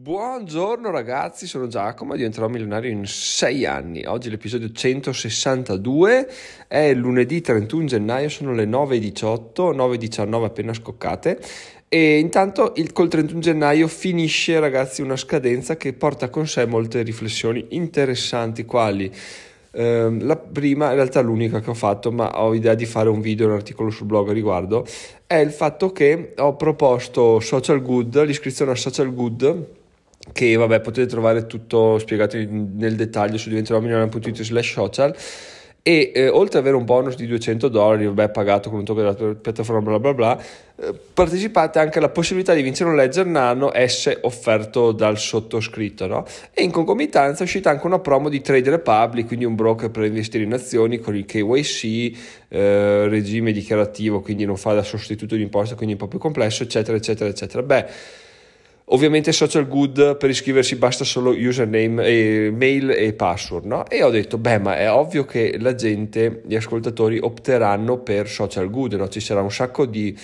Buongiorno ragazzi, sono Giacomo, diventerò milionario in 6 anni. Oggi è l'episodio 162, è lunedì 31 gennaio, sono le 9:18, 9:19 appena scoccate. E intanto col 31 gennaio finisce, ragazzi, una scadenza che porta con sé molte riflessioni interessanti, quali la prima, in realtà l'unica che ho fatto, ma ho idea di fare un video, un articolo sul blog a riguardo, è il fatto che ho proposto Social Good, l'iscrizione a Social Good, che vabbè potete trovare tutto spiegato nel dettaglio su diventeròmilionario.it/social. E oltre ad avere un bonus di $200, vabbè, pagato con un token della piattaforma bla bla bla, partecipate anche alla possibilità di vincere un Ledger Nano S offerto dal sottoscritto, no? E in concomitanza è uscita anche una promo di Trade Republic, quindi un broker per investire in azioni con il KYC, regime dichiarativo, quindi non fa da sostituto di imposta, quindi un po' più complesso, eccetera eccetera eccetera. Beh, ovviamente Social Good, per iscriversi basta solo username, mail e password, no? E ho detto, ma è ovvio che la gente, gli ascoltatori opteranno per Social Good, no? Ci saranno un sacco di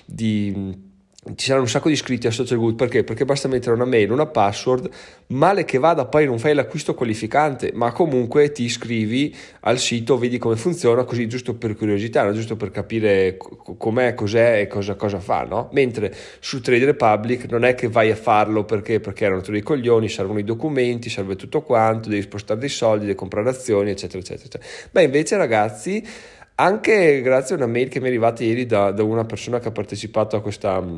iscritti a Social Good. Perché? Perché basta mettere una mail, una password, male che vada poi non fai l'acquisto qualificante, ma comunque ti iscrivi al sito, vedi come funziona, così giusto per curiosità, no? Giusto per capire com'è, cos'è e cosa fa, no? Mentre su Trade Republic non è che vai a farlo perché erano tutti dei coglioni, servono i documenti, serve tutto quanto, devi spostare dei soldi, devi comprare azioni, eccetera eccetera eccetera. Invece ragazzi, anche grazie a una mail che mi è arrivata ieri da una persona che ha partecipato a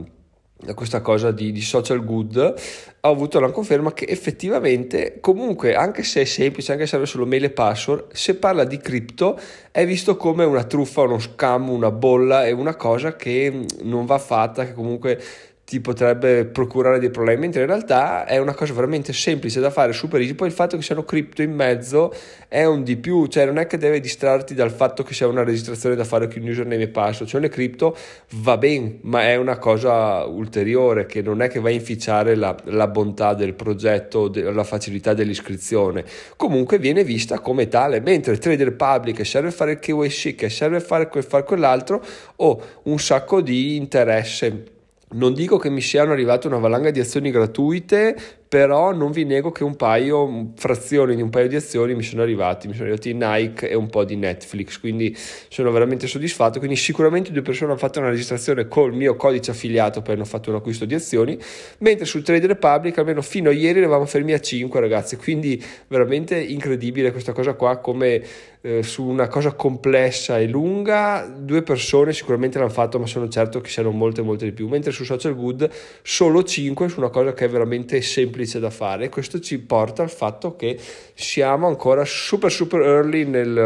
questa cosa di Social Good, ho avuto la conferma che effettivamente, comunque, anche se è semplice, anche se serve solo mail e password, se parla di cripto è visto come una truffa, uno scam, una bolla, è una cosa che non va fatta, che comunque ti potrebbe procurare dei problemi, mentre in realtà è una cosa veramente semplice da fare, super easy. Poi il fatto che siano cripto in mezzo è un di più, cioè non è che deve distrarti dal fatto che sia una registrazione da fare con username e password, cioè le cripto va bene, ma è una cosa ulteriore che non è che va a inficiare la bontà del progetto, la facilità dell'iscrizione, comunque viene vista come tale, mentre Trade Republic che serve a fare il KYC, che serve a fare quell'altro, o un sacco di interesse. Non dico che mi siano arrivate una valanga di azioni gratuite, però non vi nego che frazioni di un paio di azioni mi sono arrivati Nike e un po' di Netflix, quindi sono veramente soddisfatto. Quindi sicuramente 2 persone hanno fatto una registrazione col mio codice affiliato, poi hanno fatto un acquisto di azioni, mentre sul Trade Republic almeno fino a ieri eravamo fermi a 5, ragazzi, quindi veramente incredibile questa cosa qua, come su una cosa complessa e lunga 2 persone sicuramente l'hanno fatto, ma sono certo che siano molte di più, mentre su Social Good solo 5 su una cosa che è veramente semplice da fare. Questo ci porta al fatto che siamo ancora super early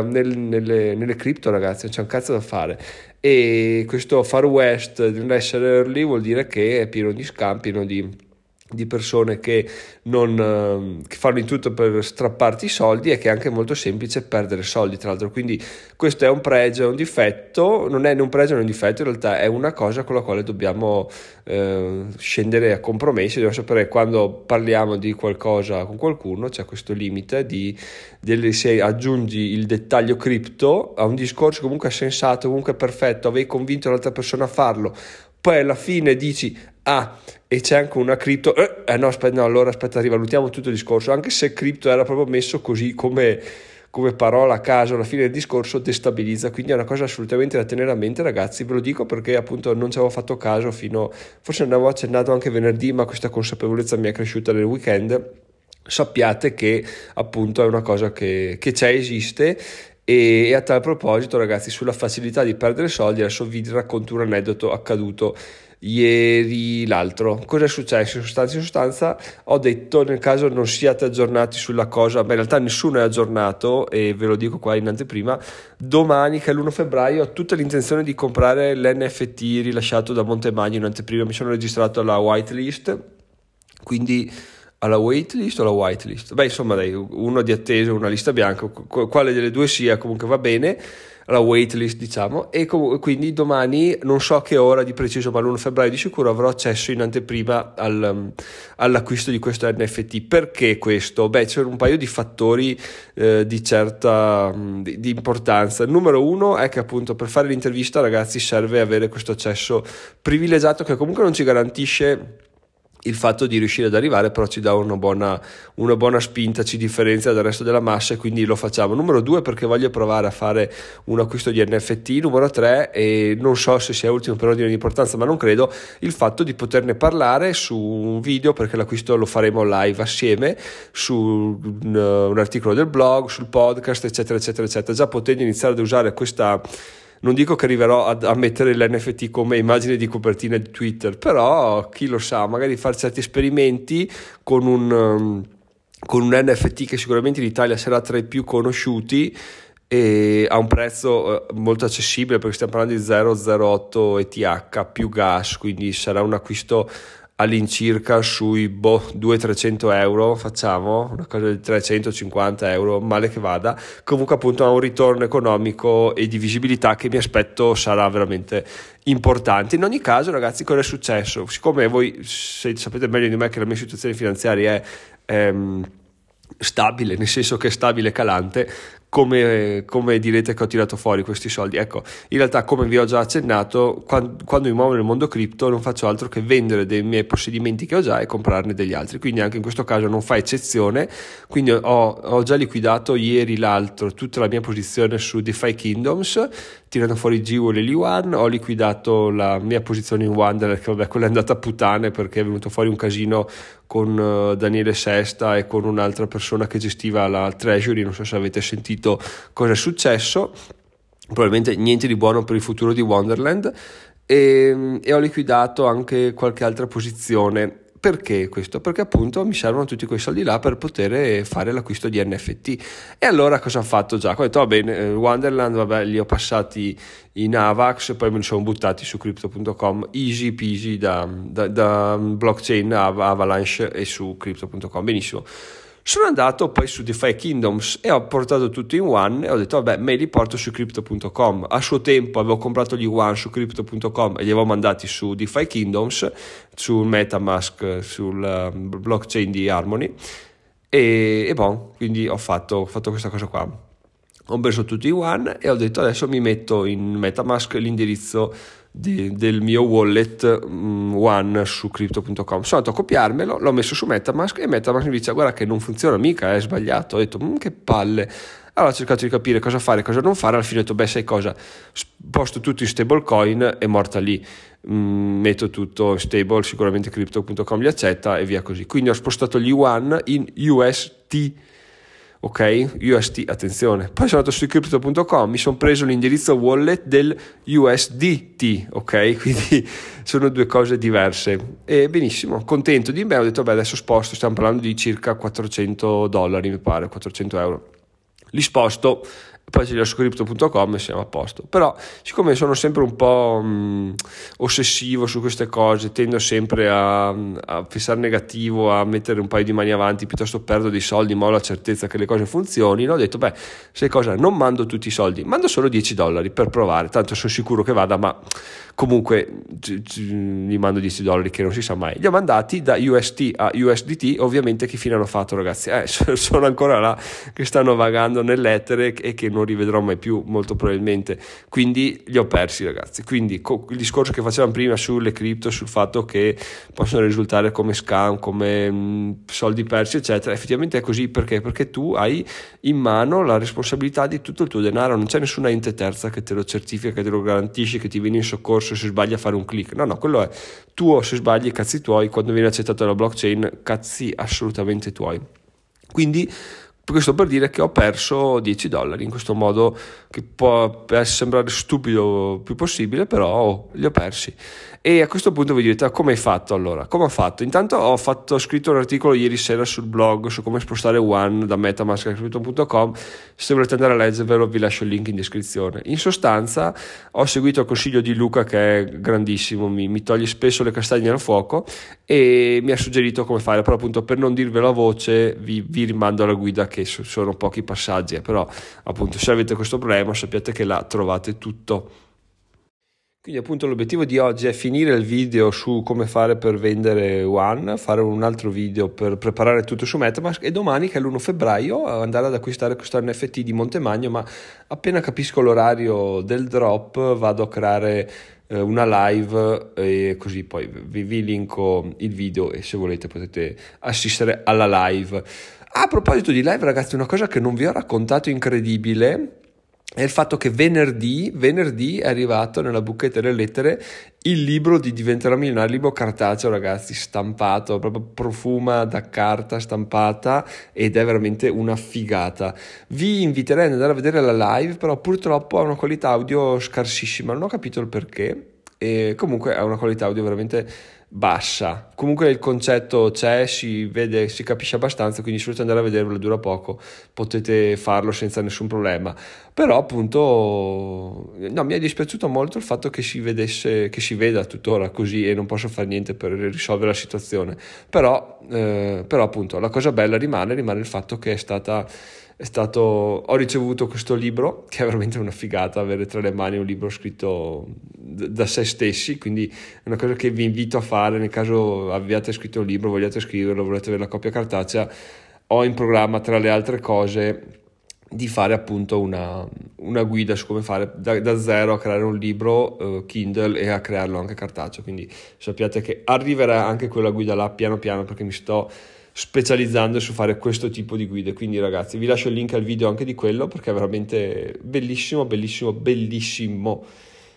nelle cripto, ragazzi, non c'è un cazzo da fare, e questo Far West di non essere early vuol dire che è pieno di scam, pieno di persone che che fanno di tutto per strapparti i soldi, e che è anche molto semplice perdere soldi, tra l'altro. Quindi questo è un pregio, è un difetto, non è né un pregio né un difetto, in realtà è una cosa con la quale dobbiamo scendere a compromessi. Dobbiamo sapere, quando parliamo di qualcosa con qualcuno c'è questo limite se aggiungi il dettaglio cripto a un discorso comunque sensato, comunque perfetto, avevi convinto l'altra persona a farlo, poi alla fine dici e c'è anche una cripto, allora aspetta, rivalutiamo tutto il discorso, anche se cripto era proprio messo così come parola a caso, alla fine del discorso destabilizza. Quindi è una cosa assolutamente da tenere a mente, ragazzi, ve lo dico perché appunto non ci avevo fatto caso forse ne avevo accennato anche venerdì, ma questa consapevolezza mi è cresciuta nel weekend. Sappiate che appunto è una cosa che c'è, esiste. E a tal proposito, ragazzi, sulla facilità di perdere soldi, adesso vi racconto un aneddoto accaduto l'altro. Cosa è successo? In sostanza ho detto, nel caso non siate aggiornati sulla cosa, ma in realtà nessuno è aggiornato, e ve lo dico qua in anteprima, domani, che è l'1 febbraio, ho tutta l'intenzione di comprare l'NFT rilasciato da Montemagno in anteprima. Mi sono registrato alla whitelist, quindi alla waitlist o alla whitelist? Insomma, dai, uno di attesa, una lista bianca, quale delle due sia, comunque va bene, la waitlist, diciamo. E quindi domani, non so che ora di preciso, ma l'1 febbraio di sicuro avrò accesso in anteprima all'acquisto di questo NFT. Perché questo? C'erano un paio di fattori di certa di importanza. Il numero 1 è che appunto per fare l'intervista, ragazzi, serve avere questo accesso privilegiato, che comunque non ci garantisce il fatto di riuscire ad arrivare però ci dà una buona spinta, ci differenzia dal resto della massa, e quindi lo facciamo. Numero 2, perché voglio provare a fare un acquisto di NFT. Numero 3, e non so se sia ultimo per ordine di importanza, ma non credo, il fatto di poterne parlare su un video, perché l'acquisto lo faremo live assieme su un articolo del blog, sul podcast, eccetera eccetera eccetera, già potendo iniziare ad usare questa. Non dico che arriverò a mettere l'NFT come immagine di copertina di Twitter, però chi lo sa, magari fare certi esperimenti con un NFT che sicuramente in Italia sarà tra i più conosciuti e a un prezzo molto accessibile, perché stiamo parlando di 0,08 ETH più gas, quindi sarà un acquisto all'incirca sui 200-300 euro, facciamo una cosa di 350 euro, male che vada. Comunque appunto ha un ritorno economico e di visibilità che mi aspetto sarà veramente importante. In ogni caso, ragazzi, cosa è successo? Siccome voi sapete meglio di me che la mia situazione finanziaria è stabile, nel senso che è stabile e calante, come direte che ho tirato fuori questi soldi? Ecco, in realtà, come vi ho già accennato, quando mi muovo nel mondo cripto non faccio altro che vendere dei miei possedimenti che ho già e comprarne degli altri, quindi anche in questo caso non fa eccezione. Quindi ho già liquidato ieri l'altro tutta la mia posizione su DeFi Kingdoms, tirando fuori Jewel e Li1. Ho liquidato la mia posizione in Wanderer, che vabbè, quella è andata a puttane perché è venuto fuori un casino con Daniele Sesta e con un'altra persona che gestiva la Treasury. Non so se avete sentito cosa è successo, probabilmente niente di buono per il futuro di Wonderland, e ho liquidato anche qualche altra posizione. Perché questo? Perché appunto mi servono tutti quei soldi là per poter fare l'acquisto di NFT. E allora cosa ho fatto già? Ho detto va bene, Wonderland, vabbè, li ho passati in AVAX, poi me li sono buttati su crypto.com, easy peasy, da blockchain Avalanche e su crypto.com, benissimo. Sono andato poi su DeFi Kingdoms e ho portato tutto in One e ho detto vabbè, me li porto su crypto.com. A suo tempo avevo comprato gli One su crypto.com e li avevo mandati su DeFi Kingdoms, sul MetaMask, sul blockchain di Harmony, e bon, quindi ho fatto questa cosa qua. Ho preso tutti in One e ho detto adesso mi metto in MetaMask l'indirizzo del mio wallet One su crypto.com. Sono andato a copiarmelo, l'ho messo su MetaMask e MetaMask mi dice guarda che non funziona mica, è sbagliato. Ho detto che palle. Allora ho cercato di capire cosa fare, cosa non fare. Alla fine ho detto beh, sai cosa, posto tutto in stablecoin, è morta lì. Metto tutto in stable, sicuramente crypto.com li accetta e via così. Quindi ho spostato gli One in UST. Ok, UST, attenzione. Poi sono andato su crypto.com, mi sono preso l'indirizzo wallet del USDT, ok? Quindi sono due cose diverse. E benissimo, contento di me, ho detto beh, adesso sposto, stiamo parlando di circa $400, mi pare, 400 euro. Li sposto, poi ce li ho su crypto.com e siamo a posto. Però siccome sono sempre un po' ossessivo su queste cose, tendo sempre a fissare negativo, a mettere un paio di mani avanti, piuttosto perdo dei soldi ma ho la certezza che le cose funzionino. Ho detto beh, sai cosa, non mando tutti i soldi, mando solo $10 per provare, tanto sono sicuro che vada, ma comunque gli mando $10 che non si sa mai. Li ho mandati da UST a USDT, ovviamente che fine hanno fatto, ragazzi? Sono ancora là che stanno vagando nell'etere e che non rivedrò mai più molto probabilmente, quindi li ho persi, ragazzi. Quindi il discorso che facevamo prima sulle cripto, sul fatto che possono risultare come scam, come soldi persi eccetera, effettivamente è così. Perché tu hai in mano la responsabilità di tutto il tuo denaro, non c'è nessuna ente terza che te lo certifica, che te lo garantisce, che ti viene in soccorso se sbagli a fare un click. No, quello è tuo, se sbagli cazzi tuoi, quando viene accettato la blockchain cazzi assolutamente tuoi. Quindi questo per dire che ho perso $10 in questo modo, che può sembrare stupido più possibile, però li ho persi. E a questo punto vi direte come hai fatto? Allora, come ho fatto? Intanto ho scritto un articolo ieri sera sul blog su come spostare One da MetaMask a crypto.com. Se volete andare a leggervelo vi lascio il link in descrizione. In sostanza ho seguito il consiglio di Luca, che è grandissimo, mi toglie spesso le castagne al fuoco e mi ha suggerito come fare, però appunto per non dirvelo a voce vi rimando alla guida, che sono pochi passaggi, però appunto se avete questo problema sappiate che là trovate tutto. Quindi appunto l'obiettivo di oggi è finire il video su come fare per vendere One, fare un altro video per preparare tutto su MetaMask e domani, che è l'1 febbraio, andare ad acquistare questo NFT di Montemagno, ma appena capisco l'orario del drop vado a creare una live, e così poi vi linko il video e se volete potete assistere alla live. A proposito di live, ragazzi, una cosa che non vi ho raccontato incredibile è il fatto che venerdì è arrivato nella bucchetta delle lettere il libro di Diventerò Milionario, libro cartaceo, ragazzi, stampato, proprio profuma da carta stampata ed è veramente una figata. Vi inviterei ad andare a vedere la live, però purtroppo ha una qualità audio scarsissima, non ho capito il perché, e comunque ha una qualità audio veramente bassa. Comunque il concetto c'è, si vede, si capisce abbastanza, quindi se volete andare a vedervelo, dura poco, potete farlo senza nessun problema. Però appunto no, mi è dispiaciuto molto il fatto che si veda tuttora così e non posso fare niente per risolvere la situazione. Però appunto la cosa bella rimane il fatto che ho ricevuto questo libro, che è veramente una figata avere tra le mani un libro scritto da se stessi, quindi è una cosa che vi invito a fare nel caso abbiate scritto un libro, vogliate scriverlo, volete avere la copia cartacea. Ho in programma, tra le altre cose, di fare appunto una guida su come fare da zero a creare un libro Kindle e a crearlo anche cartaceo, quindi sappiate che arriverà anche quella guida là piano piano, perché mi sto specializzando su fare questo tipo di guide. Quindi ragazzi, vi lascio il link al video anche di quello, perché è veramente bellissimo, bellissimo, bellissimo.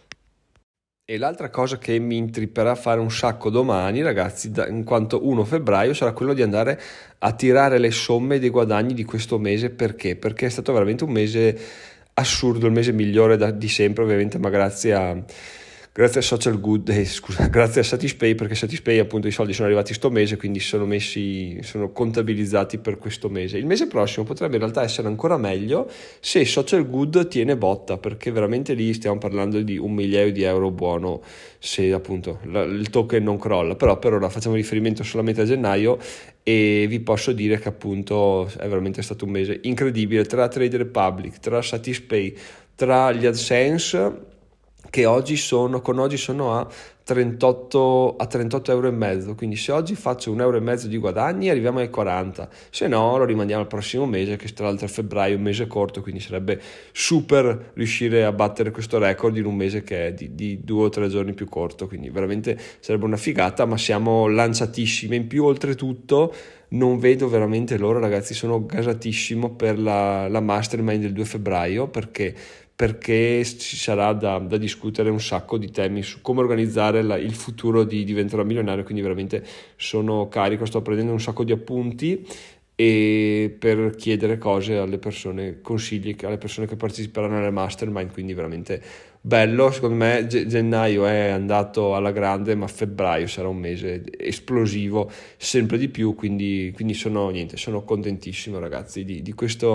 E l'altra cosa che mi intripperà a fare un sacco domani, ragazzi, in quanto 1 febbraio, sarà quello di andare a tirare le somme dei guadagni di questo mese. Perché? Perché è stato veramente un mese assurdo, il mese migliore di sempre, ovviamente, ma grazie a Social Good, grazie a Satispay, perché Satispay appunto i soldi sono arrivati sto mese, quindi sono contabilizzati per questo mese. Il mese prossimo potrebbe in realtà essere ancora meglio se Social Good tiene botta, perché veramente lì stiamo parlando di 1 migliaio di euro buono se appunto il token non crolla. Però per ora facciamo riferimento solamente a gennaio e vi posso dire che appunto è veramente stato un mese incredibile tra Trade Republic, tra Satispay, tra gli AdSense, che oggi sono a 38 euro e mezzo. Quindi se oggi faccio 1,5 euro di guadagni arriviamo ai 40, se no lo rimandiamo al prossimo mese, che tra l'altro è febbraio, un mese corto, quindi sarebbe super riuscire a battere questo record in un mese che è di 2 o 3 giorni più corto, quindi veramente sarebbe una figata, ma siamo lanciatissimi. In più, oltretutto, non vedo veramente l'ora, ragazzi, sono gasatissimo per la mastermind del 2 febbraio, perché ci sarà da discutere un sacco di temi su come organizzare il futuro di Diventerò Milionario, quindi veramente sono carico, sto prendendo un sacco di appunti e per chiedere cose alle persone, consigli alle persone che parteciperanno alle mastermind, quindi veramente bello. Secondo me gennaio è andato alla grande, ma febbraio sarà un mese esplosivo sempre di più, quindi sono contentissimo, ragazzi, di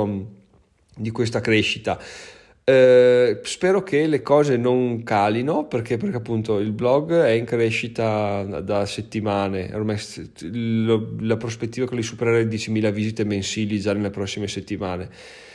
questa crescita. Spero che le cose non calino, perché appunto il blog è in crescita da settimane ormai. La prospettiva è quella di superare 10.000 visite mensili già nelle prossime settimane,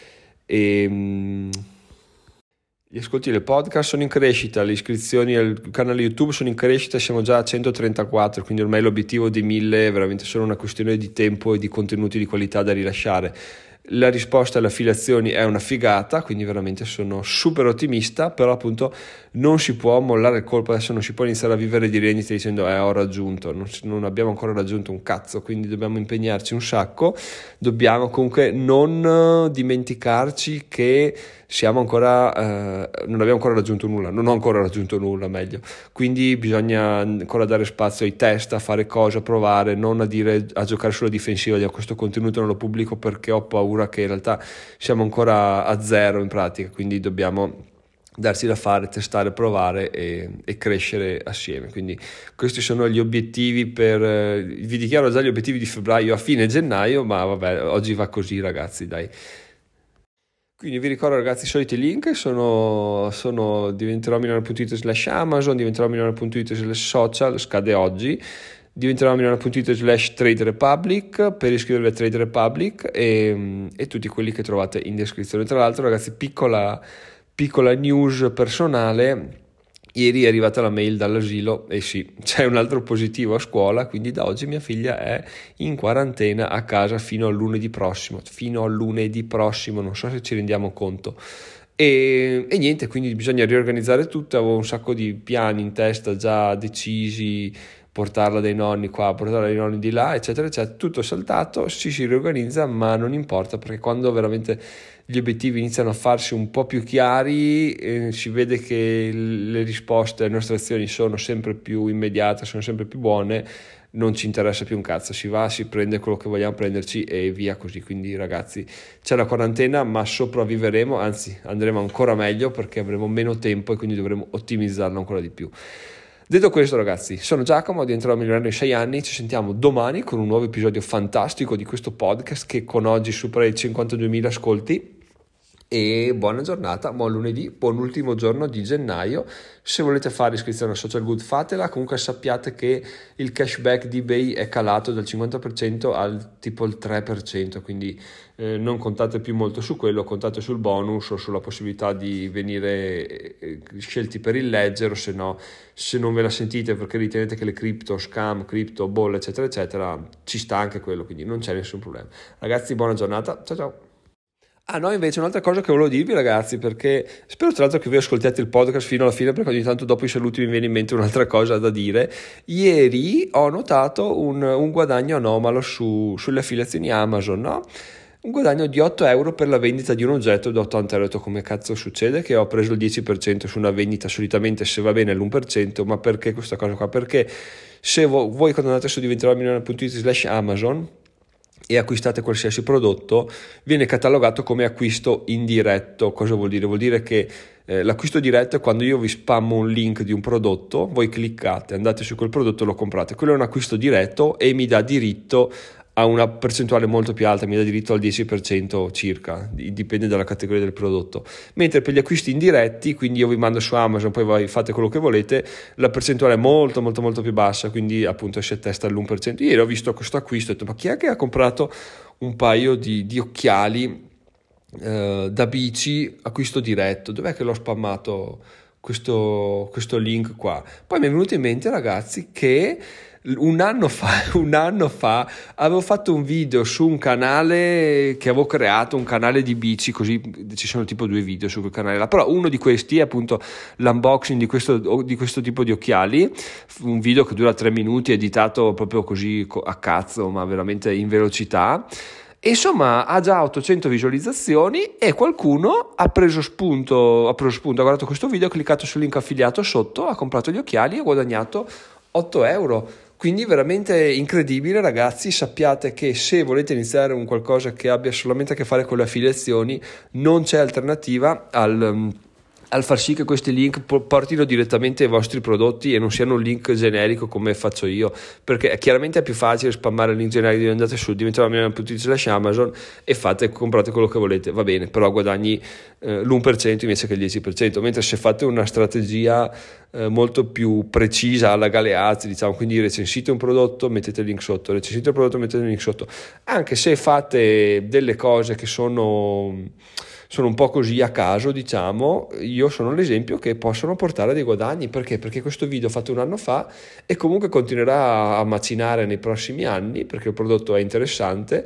e gli ascolti del podcast sono in crescita, le iscrizioni al canale YouTube sono in crescita, siamo già a 134, quindi ormai l'obiettivo di 1000 è veramente solo una questione di tempo e di contenuti di qualità da rilasciare. La risposta alle affiliazioni è una figata, quindi veramente sono super ottimista, però appunto non si può mollare il colpo, adesso non si può iniziare a vivere di rendite dicendo ho raggiunto, non abbiamo ancora raggiunto un cazzo, quindi dobbiamo impegnarci un sacco, dobbiamo comunque non dimenticarci che non abbiamo ancora raggiunto nulla, non ho ancora raggiunto nulla, meglio, quindi bisogna ancora dare spazio ai test, a fare cose, a provare, non a giocare sulla difensiva, questo contenuto non lo pubblico perché ho paura che in realtà siamo ancora a zero in pratica, quindi dobbiamo darsi da fare, testare, provare e crescere assieme. Quindi questi sono gli obiettivi vi dichiaro già gli obiettivi di febbraio a fine gennaio, ma vabbè, oggi va così, ragazzi, dai. Quindi vi ricordo, ragazzi, i soliti link sono diventeromilionario.it/Amazon, diventeromilionario.it/social, scade oggi, diventeromilionario.it/Trade Republic per iscrivervi a Trade Republic e tutti quelli che trovate in descrizione. Tra l'altro, ragazzi, piccola news personale. Ieri è arrivata la mail dall'asilo e sì, c'è un altro positivo a scuola, quindi da oggi mia figlia è in quarantena a casa fino al lunedì prossimo, non so se ci rendiamo conto. E niente, quindi bisogna riorganizzare tutto. Avevo un sacco di piani in testa già decisi, portarla dai nonni qua, portarla dai nonni di là, eccetera, eccetera. Tutto saltato, si riorganizza, ma non importa, perché quando veramente gli obiettivi iniziano a farsi un po' più chiari, si vede che le risposte alle nostre azioni sono sempre più immediate, sono sempre più buone, non ci interessa più un cazzo, si va, si prende quello che vogliamo prenderci e via così. Quindi ragazzi, c'è la quarantena, ma sopravviveremo, anzi andremo ancora meglio perché avremo meno tempo e quindi dovremo ottimizzarlo ancora di più. Detto questo ragazzi, sono Giacomo, diventerò milionario in 6 anni, ci sentiamo domani con un nuovo episodio fantastico di questo podcast che con oggi supera i 52.000 ascolti. E buona giornata, buon lunedì, buon ultimo giorno di gennaio. Se volete fare iscrizione a Social Good fatela, comunque sappiate che il cashback di eBay è calato dal 50% al tipo il 3%, quindi non contate più molto su quello, contate sul bonus o sulla possibilità di venire scelti per il ledger, o se no, se non ve la sentite perché ritenete che le cripto, scam, cripto, bolle eccetera eccetera, ci sta anche quello, quindi non c'è nessun problema. Ragazzi, buona giornata, ciao ciao. Ah no, invece un'altra cosa che volevo dirvi ragazzi, perché spero tra l'altro che voi ascoltiate il podcast fino alla fine, perché ogni tanto dopo i saluti mi viene in mente un'altra cosa da dire. Ieri ho notato un guadagno anomalo sulle affiliazioni Amazon, no? Un guadagno di 8 euro per la vendita di un oggetto da 80 euro. Ho detto, come cazzo succede che ho preso il 10% su una vendita, solitamente se va bene l'1%, ma perché questa cosa qua? Perché se voi quando andate su diventeròmilionario.it/Amazon e acquistate qualsiasi prodotto, viene catalogato come acquisto indiretto. Cosa vuol dire? Vuol dire che l'acquisto diretto è quando io vi spammo un link di un prodotto, voi cliccate, andate su quel prodotto e lo comprate. Quello è un acquisto diretto e mi dà diritto a una percentuale molto più alta, mi dà diritto al 10% circa, dipende dalla categoria del prodotto. Mentre per gli acquisti indiretti, quindi io vi mando su Amazon, poi voi fate quello che volete, la percentuale è molto molto molto più bassa, quindi appunto si attesta all'1%. Ieri ho visto questo acquisto e ho detto, ma chi è che ha comprato un paio di occhiali da bici, acquisto diretto? Dov'è che l'ho spammato questo link qua? Poi mi è venuto in mente ragazzi che un anno fa avevo fatto un video su un canale che avevo creato, un canale di bici, così ci sono tipo 2 video su quel canale là, però uno di questi è appunto l'unboxing di questo tipo di occhiali, un video che dura 3 minuti, editato proprio così a cazzo, ma veramente in velocità. E insomma ha già 800 visualizzazioni e qualcuno ha preso spunto, ha guardato questo video, ha cliccato sul link affiliato sotto, ha comprato gli occhiali e ha guadagnato 8 euro. Quindi veramente incredibile ragazzi. Sappiate che se volete iniziare un qualcosa che abbia solamente a che fare con le affiliazioni, non c'è alternativa al far sì che questi link portino direttamente ai vostri prodotti e non siano un link generico come faccio io, perché chiaramente è più facile spammare il link generico di andate su diventeròmilionario.it/Amazon e comprate quello che volete, va bene, però guadagni l'1% invece che il 10%, mentre se fate una strategia molto più precisa alla Galeazzi, diciamo, quindi recensite un prodotto, mettete il link sotto, recensite il prodotto, mettete il link sotto, anche se fate delle cose che sono un po' così a caso, diciamo, io sono l'esempio che possono portare dei guadagni. Perché? Perché questo video fatto un anno fa e comunque continuerà a macinare nei prossimi anni, perché il prodotto è interessante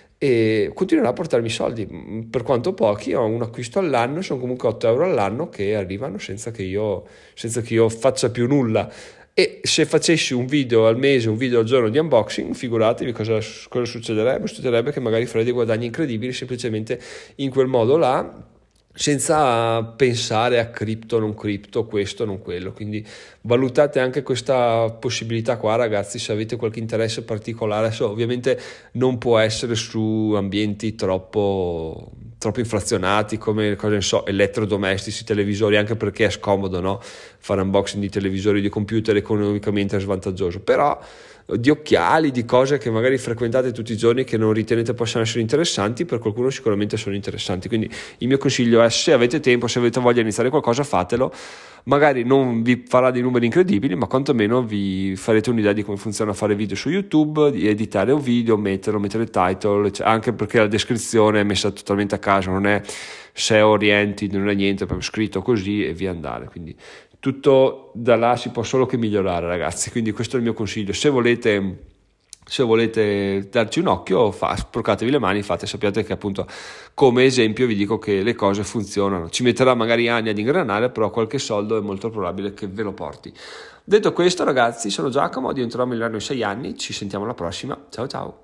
e continuerà a portarmi soldi, per quanto pochi. Ho un acquisto all'anno, sono comunque 8 euro all'anno che arrivano senza che io faccia più nulla. E se facessi un video al mese, un video al giorno di unboxing, figuratevi cosa succederebbe. Succederebbe che magari farei dei guadagni incredibili semplicemente in quel modo là, senza pensare a cripto, non cripto, questo, non quello. Quindi valutate anche questa possibilità qua ragazzi, se avete qualche interesse particolare. Adesso ovviamente non può essere su ambienti troppo inflazionati come, cosa ne so, elettrodomestici, televisori, anche perché è scomodo, no? Fare unboxing di televisori, di computer economicamente è svantaggioso, però di occhiali, di cose che magari frequentate tutti i giorni che non ritenete possano essere interessanti, per qualcuno sicuramente sono interessanti. Quindi il mio consiglio è, se avete tempo, se avete voglia di iniziare qualcosa, fatelo. Magari non vi farà dei numeri incredibili, ma quantomeno vi farete un'idea di come funziona fare video su YouTube, di editare un video, mettere il title, anche perché la descrizione è messa totalmente a caso, non è SEO oriented, non è niente, è proprio scritto così e via andare. Quindi tutto da là si può solo che migliorare ragazzi, quindi questo è il mio consiglio. Se volete Se volete darci un occhio, sporcatevi le mani, sappiate che appunto come esempio vi dico che le cose funzionano. Ci metterà magari anni ad ingranare, però qualche soldo è molto probabile che ve lo porti. Detto questo, ragazzi, sono Giacomo, diventerò milionario in 6 anni, ci sentiamo alla prossima, ciao ciao.